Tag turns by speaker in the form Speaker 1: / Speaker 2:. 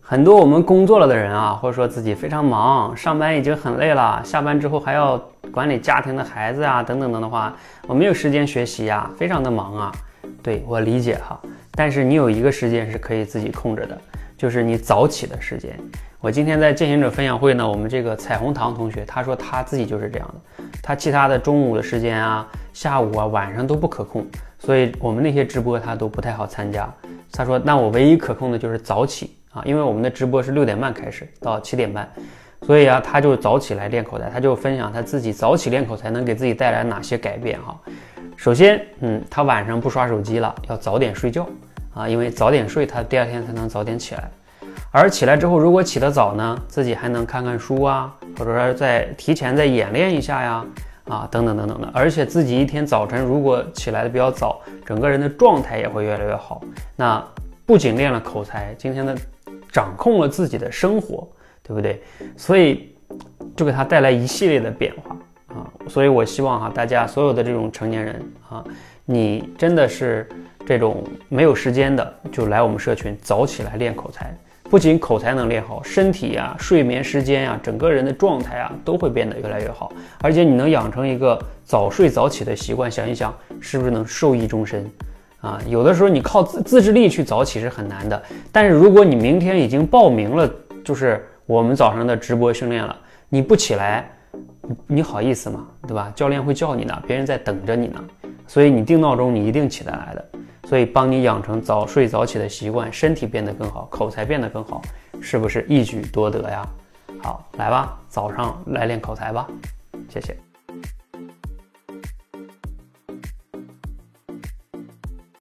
Speaker 1: 很多我们工作了的人啊，或者说自己非常忙，上班已经很累了，下班之后还要管理家庭的孩子啊，等等等的话，我没有时间学习啊，非常的忙啊。对，我理解哈，但是你有一个时间是可以自己控制的，就是你早起的时间。我今天在践行者分享会呢，我们这个彩虹糖同学，他说他自己就是这样的，他其他的中午的时间啊、下午啊、晚上都不可控，所以我们那些直播他都不太好参加。他说，那我唯一可控的就是早起啊，因为我们的直播是6点半开始到7点半，所以啊，他就早起来练口才，他就分享他自己早起练口才能给自己带来哪些改变哈。首先，他晚上不刷手机了，要早点睡觉啊，因为早点睡，他第二天才能早点起来。而起来之后，如果起得早呢，自己还能看看书啊，或者说提前再演练一下呀，等等等等的。而且自己一天早晨如果起来的比较早，整个人的状态也会越来越好。那不仅练了口才，今天的掌控了自己的生活，对不对？所以就给他带来一系列的变化啊。所以我希望大家所有的这种成年人啊，你真的是这种没有时间的，就来我们社群早起来练口才。不仅口才能练好，身体啊、睡眠时间啊、整个人的状态啊都会变得越来越好，而且你能养成一个早睡早起的习惯，想一想是不是能受益终身啊？有的时候你靠自制力去早起是很难的，但是如果你明天已经报名了，就是我们早上的直播训练了，你不起来，你好意思吗？对吧？教练会叫你呢，别人在等着你呢，所以你定闹钟，你一定起得来的。所以帮你养成早睡早起的习惯，身体变得更好，口才变得更好，是不是一举多得呀？好，来吧，早上来练口才吧，谢谢。